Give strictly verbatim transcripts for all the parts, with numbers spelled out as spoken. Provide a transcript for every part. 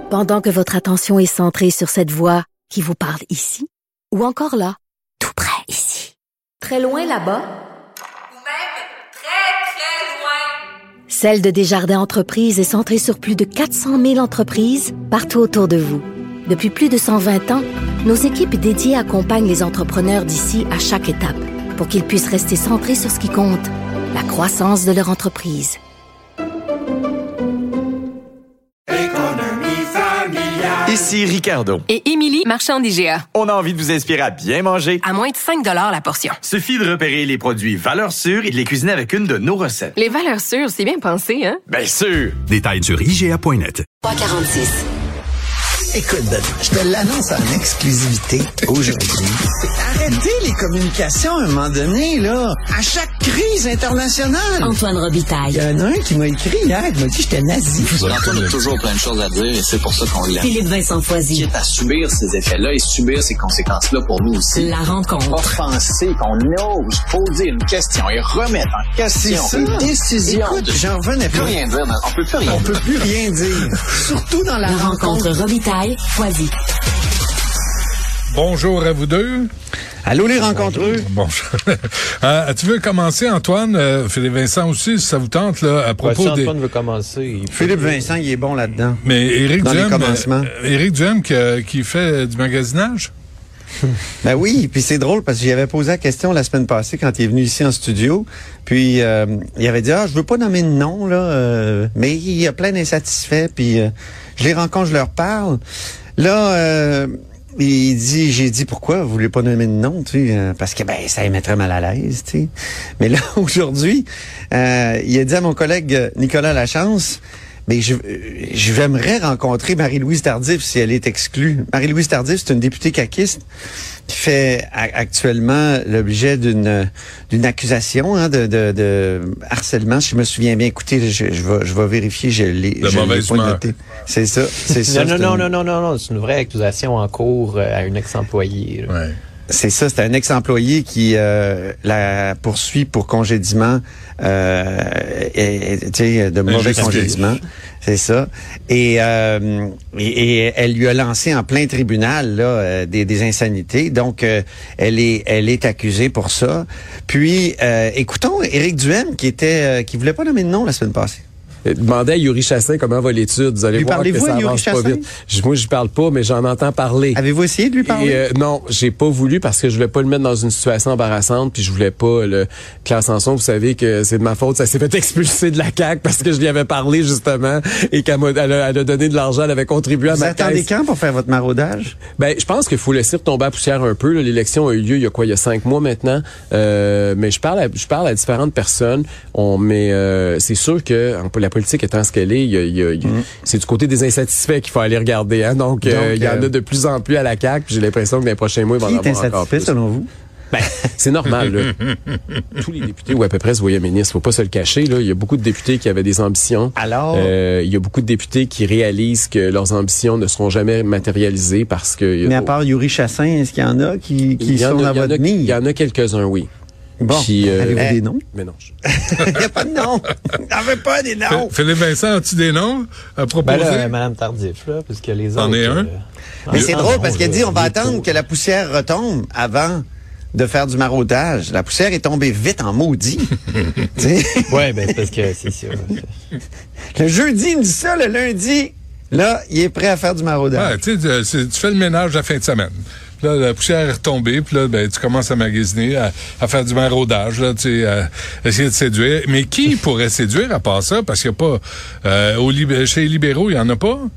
Pendant que votre attention est centrée sur cette voix qui vous parle ici, ou encore là, tout près ici, très loin là-bas, ou même très, très loin. Celle de Desjardins Entreprises est centrée sur plus de quatre cent mille entreprises partout autour de vous. Depuis plus de cent vingt ans, nos équipes dédiées accompagnent les entrepreneurs d'ici à chaque étape pour qu'ils puissent rester centrés sur ce qui compte, la croissance de leur entreprise. Ici Ricardo. Et Émilie, marchand d'I G A. On a envie de vous inspirer à bien manger. À moins de cinq dollars la portion. Suffit de repérer les produits valeurs sûres et de les cuisiner avec une de nos recettes. Les valeurs sûres, c'est bien pensé, hein? Bien sûr! Détails sur I G A point net. trois quarante-six. Écoute, Ben, je te l'annonce en exclusivité aujourd'hui. Arrêtez les communications à un moment donné, là. À chaque crise internationale. Antoine Robitaille. Il y en a un qui m'a écrit hier, il m'a dit que j'étais nazi. Antoine a toujours plein de choses à dire et c'est pour ça qu'on l'aime. Philippe Vincent Foisy. Quitte à subir ces effets-là et subir ces conséquences-là pour nous aussi. La rencontre. Offenser qu'on ose poser une question et remettre en question C'est ça. une décision. Écoute, j'en revenais plus pas. rien dire, on peut plus rien On dire. peut plus rien dire. Surtout dans la, La rencontre Robitaille. Foisy. Bonjour à vous deux. Allô les rencontreux. Bonjour. euh, tu veux commencer, Antoine? Euh, Philippe Vincent aussi, si ça vous tente, là, à propos ouais, si des... Antoine veut commencer. Il Philippe Vincent, il est bon là-dedans. Mais Éric Dans Duhem, les commencements. euh, Éric Duhem qui, euh, qui fait du magasinage? Ben oui, puis c'est drôle parce que j'y avais posé la question la semaine passée quand il est venu ici en studio. Puis euh, il avait dit ah je veux pas nommer de nom là, euh, mais il y a plein d'insatisfaits. Puis euh, je les rencontre, je leur parle. Là, euh, il dit j'ai dit pourquoi vous voulez pas nommer de nom, tu sais, euh, parce que ben ça les mettrait mal à l'aise, tu sais. Mais là aujourd'hui, euh, il a dit à mon collègue Nicolas Lachance. Mais je, j'aimerais rencontrer Marie-Louise Tardif si elle est exclue. Marie-Louise Tardif, c'est une députée caquiste qui fait a- actuellement l'objet d'une d'une accusation hein, de, de, de harcèlement. Si je me souviens bien, écoutez, je, je vais je vais vérifier. Je l'ai, De je mauvaise l'ai pas humeur. noté. C'est ça, c'est ça. Non, c'est non, une- non, non, non, non, c'est une vraie accusation en cours euh, à une ex-employée. là. Ouais. C'est ça, c'est un ex-employé qui euh, la poursuit pour congédiement, euh, et, et, tu sais, de mauvais Injustifié. congédiement. C'est ça. Et, euh, et, et elle lui a lancé en plein tribunal là euh, des, des insanités. Donc, euh, elle est elle est accusée pour ça. Puis, euh, écoutons Éric Duhem qui était euh, qui voulait pas nommer de nom la semaine passée. Demandez à Yuri Chassin comment va l'étude. Vous allez Lui voir que parlez-vous ça à Yuri avance pas Chassin? vite. Je- Moi, je parle pas, mais j'en entends parler. Avez-vous essayé de lui parler? Et, euh, non, j'ai pas voulu parce que je voulais pas le mettre dans une situation embarrassante, puis je voulais pas le Claire Sanson, vous savez que c'est de ma faute, ça s'est fait expulser de la C A Q parce que je lui avais parlé justement et qu'elle m'a, elle a, elle a donné de l'argent, elle avait contribué à Vous ma attendez thèse. quand pour faire votre maraudage? Ben, je pense qu'il faut laisser retomber à poussière un peu. là. L'élection a eu lieu il y a quoi, il y a cinq mois maintenant. Euh, mais je parle, à, je parle à différentes personnes. On, mais euh, c'est sûr que en- la politique étant ce qu'elle est, il y a, il y a, il y a- Mm. c'est du côté des insatisfaits qu'il faut aller regarder. Hein. Donc, Donc, euh, il y en euh, a de plus en plus à la C A Q. Puis j'ai l'impression que dans les prochains mois, il va Qui en est avoir encore insatisfait plus. selon vous? Ben, c'est normal. Là. Tous les députés ou à peu près se voyaient ministres. Faut pas se le cacher. Là. Il y a beaucoup de députés qui avaient des ambitions. Alors, Euh, il y a beaucoup de députés qui réalisent que leurs ambitions ne seront jamais matérialisées parce que. mais à part Yuri Chassin, est-ce qu'il y en a qui, qui il y en sont a, dans il y en a- votre il nid? y en a quelques-uns, oui. Bon, Puis, euh, avez-vous euh, des noms? Mais non. je- Il n'y a pas de nom. N'en veux pas des noms. Philippe Vincent, as-tu des noms à Ben proposer? là, euh, Madame Tardif, là, parce que les autres... T'en es un? Mais c'est ah, drôle non, parce qu'elle là, dit on va il est attendre tôt. que la poussière retombe avant de faire du maraudage. La poussière est tombée vite en maudit. Tu sais, Ouais, ben c'est parce que c'est ça. le jeudi, il me dit ça, le lundi, là, il est prêt à faire du maraudage. Ouais, tu sais, tu- c'est- tu fais le ménage la fin de semaine. Puis là, la poussière est retombée, puis là, ben, tu commences à magasiner, à, à faire du maraudage, là, tu sais, à essayer de séduire. Mais qui pourrait séduire à part ça? Parce qu'il n'y a pas... Euh, au lib- chez les libéraux, il n'y en a pas?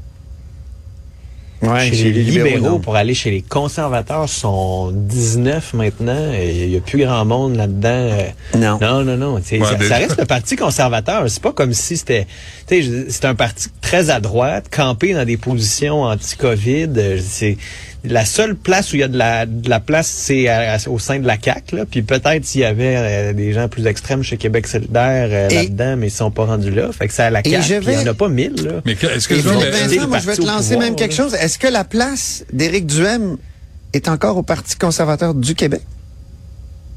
Ouais, Chez les libéraux, non. pour aller chez les conservateurs, sont dix-neuf maintenant. et Il n'y a plus grand monde là-dedans. euh, Non. Non, non, non. tu sais, Ouais, ça, déjà. ça reste le Parti conservateur. C'est pas comme si c'était... Tu sais, je- c'est un parti très à droite, campé dans des positions anti-Covid. euh, C'est... La seule place où il y a de la, de la place, c'est à- à- au sein de la C A Q. Là. Puis peut-être s'il y avait euh, des gens plus extrêmes chez Québec solidaire euh, Et- là-dedans, mais ils sont pas rendus là. Fait que c'est à la Et C A Q. je puis il y en vais- a pas mille. Là. Mais que- Et excuse-moi, Philippe mais... c'est Vincent, le moi, je vais parti te au lancer pouvoir, même quelque là. chose. Est-ce que la place d'Éric Duhem est encore au Parti conservateur du Québec?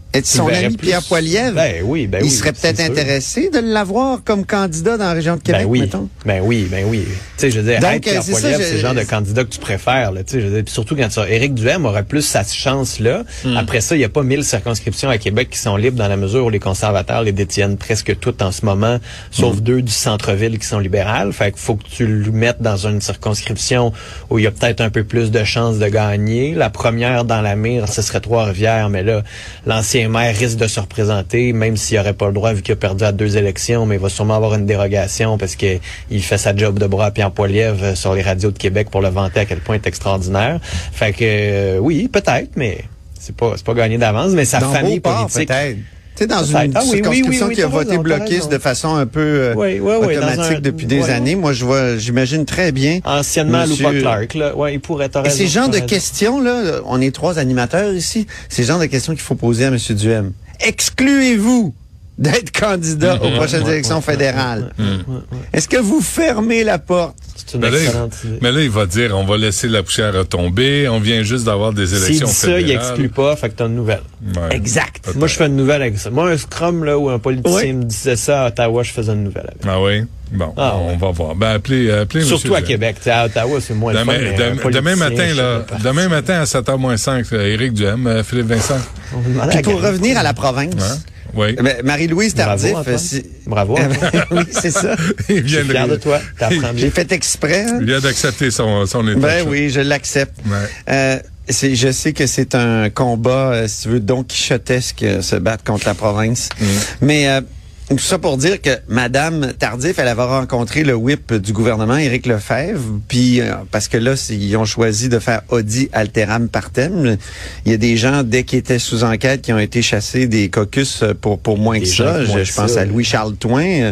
Et son verrais ami plus- Pierre Poilievre, Ben oui, ben il oui, serait c'est peut-être sûr. intéressé de l'avoir comme candidat dans la région de Québec, Ben oui, mettons. ben oui, ben oui. Tu sais, je veux dire, Donc, être Pierre c'est ça, Poilievre, je- c'est le genre de candidat que tu préfères, là. Tu sais, je veux dire, puis surtout quand ça, Éric Duhaime aurait plus sa chance là. Hmm. Après ça, il y a pas mille circonscriptions à Québec qui sont libres dans la mesure où les conservateurs les détiennent presque toutes en ce moment, sauf Hmm. deux du centre-ville qui sont libérales. Fait qu'il faut que tu le mettes dans une circonscription où il y a peut-être un peu plus de chances de gagner. La première dans la mire, ce serait Trois-Rivières, mais là, l'ancien maire risque de se représenter, même s'il n'aurait pas le droit vu qu'il a perdu à deux élections, mais il va sûrement avoir une dérogation parce que il fait sa job de bras à Pierre Poilievre sur les radios de Québec pour le vanter à quel point il est extraordinaire. Fait que euh, oui, peut-être, mais c'est pas c'est pas gagné d'avance, mais sa Dans famille Beauport, politique. peut-être. Tu sais, dans Peut-être. une Ah oui, oui, circonscription oui, oui, qui a t'as voté raison, t'as bloquiste raison. de façon un peu euh, Oui, oui, oui, dans automatique un- depuis des ouais. années. Moi, je vois, j'imagine très bien. Anciennement Monsieur- Lupa Clark, là. Ouais, il pourrait t'as Et raison, ces genres t'as de raison. questions, là, on est trois animateurs ici, ces genres de questions qu'il faut poser à M. Duhaime. Excluez-vous d'être candidat aux prochaines élections fédérales? Est-ce que vous fermez la porte? C'est une Mais là, excellente il, idée. mais là, il va dire, on va laisser la poussière retomber, on vient juste d'avoir des S'il élections dit ça, il fédérales. exclut pas, fait que t'as une nouvelle. Ouais. Exact. Peut-être. Moi, je fais une nouvelle avec ça. Moi, un scrum, là, où un politicien Oui. me disait ça à Ottawa, je faisais une nouvelle avec. Ah oui? Bon, Ah on ouais. va voir. Ben, appelez, appelez Surtout M. à Duhaime. Québec. T'sais, à Ottawa, c'est moins le fun, Demain, mais un demain, politicien, demain matin, chef là, de parti. demain matin à sept heures moins cinq, euh, Éric Duhaime, euh, Philippe Vincent. On va demander Puis à pour Gary. revenir à la province, Hein? Oui. ben, Marie-Louise Bravo, Tardif, Antoine. euh, si- Bravo, Antoine. oui, c'est ça. Il Je vient suis fier de toi. T'apprends J'ai bien. fait exprès. hein? Il vient d'accepter son, son état. Ben oui, je l'accepte. Ouais. Euh, c'est, je sais que c'est un combat, euh, si tu veux, don quichotesque, euh, se battre contre la province. Mm. Mais euh, tout ça pour dire que Madame Tardif, elle avait rencontré le whip du gouvernement, Éric Lefebvre, puis euh, parce que là, c'est- ils ont choisi de faire audi alteram partem. Il y a des gens, dès qu'ils étaient sous enquête, qui ont été chassés des caucus pour pour moins Des que gens ça. qui Je, moins je que pense ça, à oui. Louis-Charles Touin. Euh,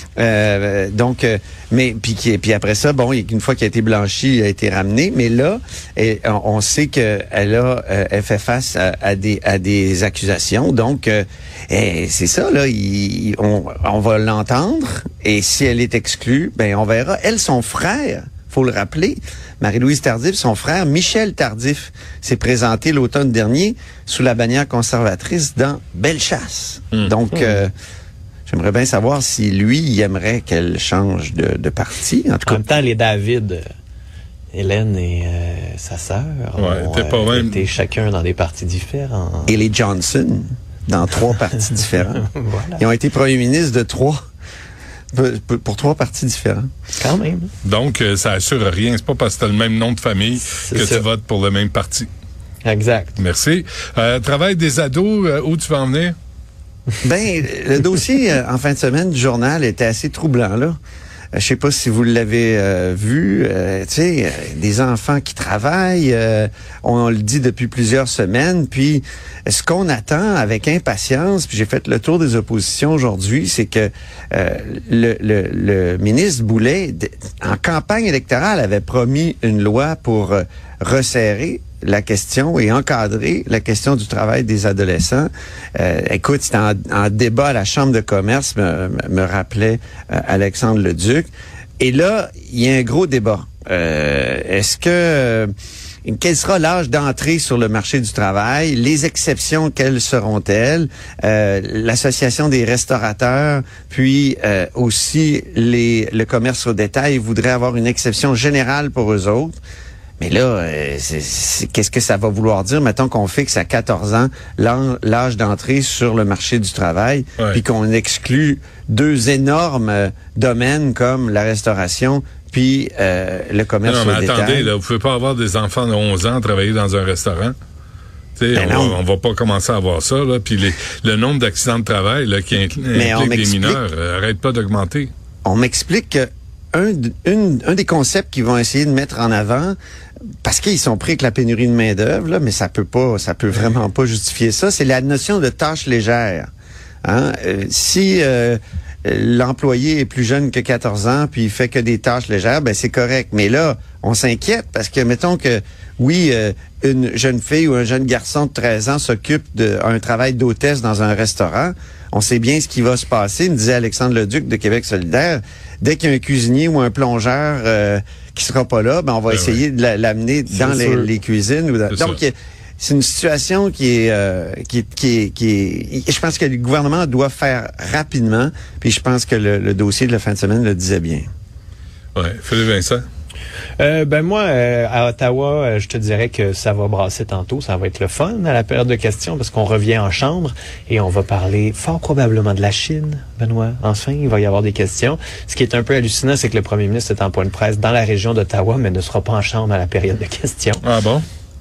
euh, donc, euh, mais puis qui- puis après ça, bon, une fois qu'il a été blanchi, il a été ramené. Mais là, et, on, on sait qu'elle a, euh, elle fait face à, à des à des accusations. Donc, euh, et c'est ça là. il- on, on va l'entendre. Et si elle est exclue, ben on verra. Elle, son frère, faut le rappeler, Marie-Louise Tardif, son frère Michel Tardif, s'est présenté l'automne dernier sous la bannière conservatrice dans Bellechasse. Mmh. Donc, euh, j'aimerais bien savoir si lui, il aimerait qu'elle change de, de parti. En tout En cas, même temps, les David, euh, Hélène et euh, sa sœur, Ouais, ont t'es pas euh, même- été chacun dans des partis différents. et les Johnson, dans trois partis différents. Voilà. Ils ont été premiers ministres de trois, pour, pour trois partis différents. Quand même. Donc, euh, ça assure rien. C'est pas parce que tu as le même nom de famille C'est que ça. tu votes pour le même parti. Exact. Merci. Euh, travail des ados, euh, où tu vas en venir? Ben, le dossier euh, en fin de semaine du journal était assez troublant, là. Euh, Je sais pas si vous l'avez euh, vu, euh, tu sais, euh, des enfants qui travaillent, euh, on, le dit depuis plusieurs semaines, puis euh, ce qu'on attend avec impatience, puis j'ai fait le tour des oppositions aujourd'hui, c'est que euh, le, le, le ministre Boulet, d- en campagne électorale, avait promis une loi pour euh, resserrer la question et encadrer la question du travail des adolescents. Euh, écoute, c'était en, en débat à la Chambre de commerce, me, me rappelait euh, Alexandre Leduc. Et là, il y a un gros débat. Euh, est-ce que... euh, quel sera l'âge d'entrée sur le marché du travail? Les exceptions, quelles seront-elles? Euh, L'Association des restaurateurs, puis euh, aussi les, le commerce au détail voudrait avoir une exception générale pour eux autres. Mais là, euh, c'est- c'est- qu'est-ce que ça va vouloir dire? Mettons qu'on fixe à quatorze ans l'an- l'âge d'entrée sur le marché du travail, Ouais. puis qu'on exclut deux énormes euh, domaines comme la restauration puis euh, le commerce Non, mais au détail. attendez, là, vous pouvez pas avoir des enfants de onze ans travailler dans un restaurant. Tu sais, Ben on, non. va, on va pas commencer à avoir ça. Là. Puis les, le nombre d'accidents de travail là, qui incl- Mais on impliquent des m'explique- mineurs euh, arrête pas d'augmenter. On m'explique que un, d- une- un des concepts qu'ils vont essayer de mettre en avant, parce qu'ils sont pris avec la pénurie de main d'œuvre, là, mais ça peut pas, ça peut vraiment pas justifier ça, c'est la notion de tâche légère. Hein? Euh, si euh, l'employé est plus jeune que quatorze ans, puis il fait que des tâches légères, ben c'est correct. Mais là, on s'inquiète parce que, mettons que, oui, euh, une jeune fille ou un jeune garçon de treize ans s'occupe d'un travail d'hôtesse dans un restaurant, on sait bien ce qui va se passer, me disait Alexandre Leduc de Québec solidaire. Dès qu'il y a un cuisinier ou un plongeur euh, qui sera pas là, ben on va Ben essayer de la- l'amener dans les, sûr. les cuisines. Ou dans- C'est donc, ça. euh, c'est une situation qui est, euh, qui est, qui est, qui est, je pense que le gouvernement doit faire rapidement, puis je pense que le, le dossier de la fin de semaine le disait bien. Ouais, Philippe Vincent. Euh, ben moi, euh, à Ottawa, euh, je te dirais que ça va brasser tantôt. Ça va être le fun à la période de questions parce qu'on revient en chambre et on va parler fort probablement de la Chine, Benoît. Enfin, il va y avoir des questions. Ce qui est un peu hallucinant, c'est que le premier ministre est en point de presse dans la région d'Ottawa, mais ne sera pas en chambre à la période de questions. Ah bon?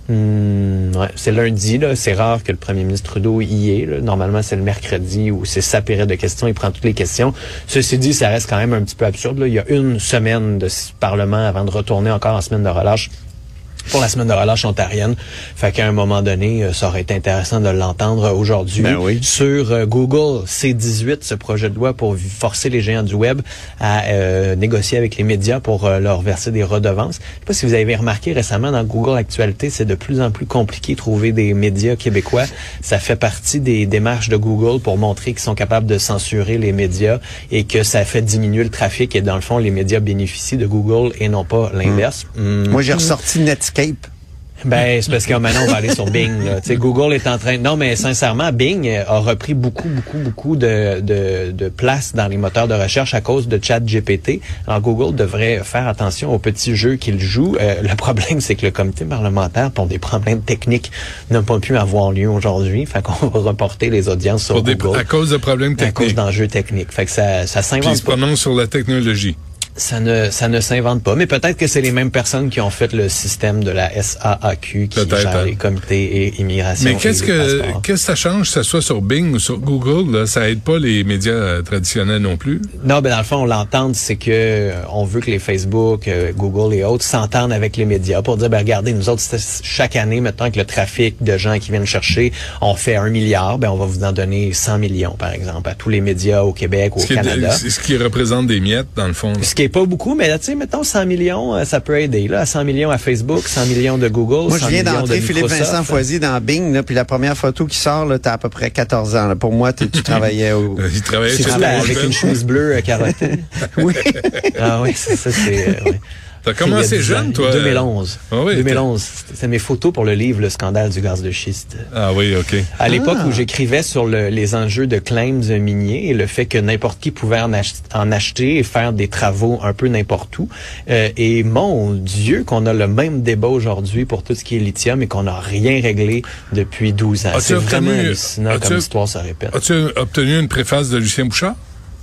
Hum, ouais, c'est lundi, là. C'est rare que le premier ministre Trudeau y est. Là. Normalement, c'est le mercredi où c'est sa période de questions. Il prend toutes les questions. Ceci dit, ça reste quand même un petit peu absurde. Là. Il y a une semaine de Parlement avant de retourner encore en semaine de relâche pour la semaine de relâche ontarienne. Fait qu'à un moment donné, ça aurait été intéressant de l'entendre aujourd'hui. Ben oui. Sur euh, Google C dix-huit, ce projet de loi pour forcer les géants du web à euh, négocier avec les médias pour euh, leur verser des redevances. Je sais pas si vous avez remarqué récemment dans Google Actualité, c'est de plus en plus compliqué de trouver des médias québécois. Ça fait partie des démarches de Google pour montrer qu'ils sont capables de censurer les médias et que ça fait diminuer le trafic et dans le fond, les médias bénéficient de Google et non pas l'inverse. Mmh. Mmh. Moi, j'ai ressorti Netscape. Ben, c'est parce que maintenant, on va aller sur Bing. Là. Tu sais, Google est en train... Non, mais sincèrement, Bing a repris beaucoup, beaucoup, beaucoup de, de, de place dans les moteurs de recherche à cause de ChatGPT. Alors, Google devrait faire attention aux petits jeux qu'il joue. Euh, le problème, c'est que le comité parlementaire, pour des problèmes techniques, n'a pas pu avoir lieu aujourd'hui. Fait qu'on va reporter les audiences sur pour des, Google. À cause de problèmes techniques. À cause d'enjeux techniques. Fait que ça, ça s'invente pas. Puis ils se prononcent sur la technologie. Ça ne, ça ne s'invente pas. Mais peut-être que c'est les mêmes personnes qui ont fait le système de la S A A Q qui peut-être, gère hein. les comités et immigration. Mais qu'est-ce et que, passeports. qu'est-ce que ça change, que ça soit sur Bing ou sur Google, là? Ça aide pas les médias euh, traditionnels non plus? Non, ben dans le fond, on l'entend, c'est que euh, on veut que les Facebook, euh, Google et autres s'entendent avec les médias pour dire, ben regardez, nous autres, chaque année, maintenant avec le trafic de gens qui viennent chercher, on fait un milliard, ben on va vous en donner cent millions, par exemple, à tous les médias au Québec, au ce Canada. C'est ce qui représente des miettes, dans le fond. Là. Ce qui est pas beaucoup, mais là, tu sais, mettons cent millions, ça peut aider. Là, cent millions à Facebook, cent millions de Google, Moi, je viens d'entrer de Philippe Vincent Foisy dans Bing, là, puis la première photo qui sort, là, t'as à peu près quatorze ans. Là. Pour moi, tu travaillais au... Il travaillait c'est chez là, avec une chemise bleue euh, carottée. Oui. Ah oui, c'est ça, c'est... Euh, ouais. T'as commencé jeune, toi? deux mille onze. Ah oui, deux mille onze. C'est mes photos pour le livre Le scandale du gaz de schiste. Ah oui, OK. À l'époque Ah. où j'écrivais sur le, les enjeux de claims miniers et le fait que n'importe qui pouvait en, ach- en acheter et faire des travaux un peu n'importe où. Euh, et mon Dieu, qu'on a le même débat aujourd'hui pour tout ce qui est lithium et qu'on n'a rien réglé depuis douze ans. As-tu C'est vraiment obtenu- hallucinant as-tu- comme l'histoire se répète. As-tu obtenu une préface de Lucien Bouchard?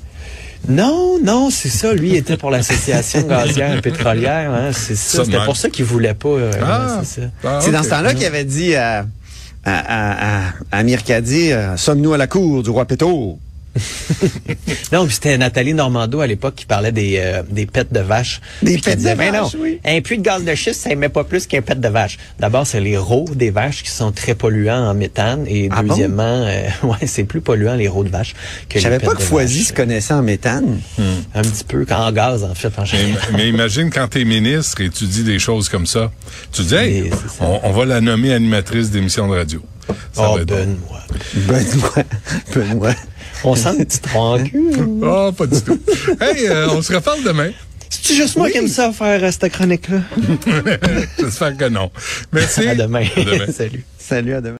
Non, non, c'est ça. Lui était pour l'association gazière et pétrolière. Hein, c'est ça. Ça C'était manque. pour ça qu'il voulait pas. Euh, Ah. c'est ça. Ah, C'est ok. dans ce temps-là qu'il avait dit à, à, à, à, à Amir Kadi, euh, sommes-nous à la cour du roi Péto? Non, puis c'était Nathalie Normando à l'époque qui parlait des euh, des pets de vache. Des Puis qui pets de disait, ben vache, non, oui. un puits de gaz de schiste, ça émet pas plus qu'un pet de vache. D'abord, c'est les rots des vaches qui sont très polluants en méthane. Et Ah bon? deuxièmement, euh, ouais, c'est plus polluant les rots de vache que Je savais les pas pets que de Foisy vache. se connaissait en méthane. Un petit peu, quand en gaz, en fait, en Mais, général. mais imagine quand t'es ministre et tu dis des choses comme ça. Tu dis, hey, Mais c'est ça. on, on va la nommer animatrice d'émission de radio. Ça Oh, va être drôle. Benoît. Benoît. Benoît. On sent une petite rancune. Ah, pas du tout. Hey, euh, on se reparle demain. C'est juste moi qui aime ça faire euh, cette chronique-là. J'espère que non. Merci. À demain. À demain. Salut. Salut, à demain.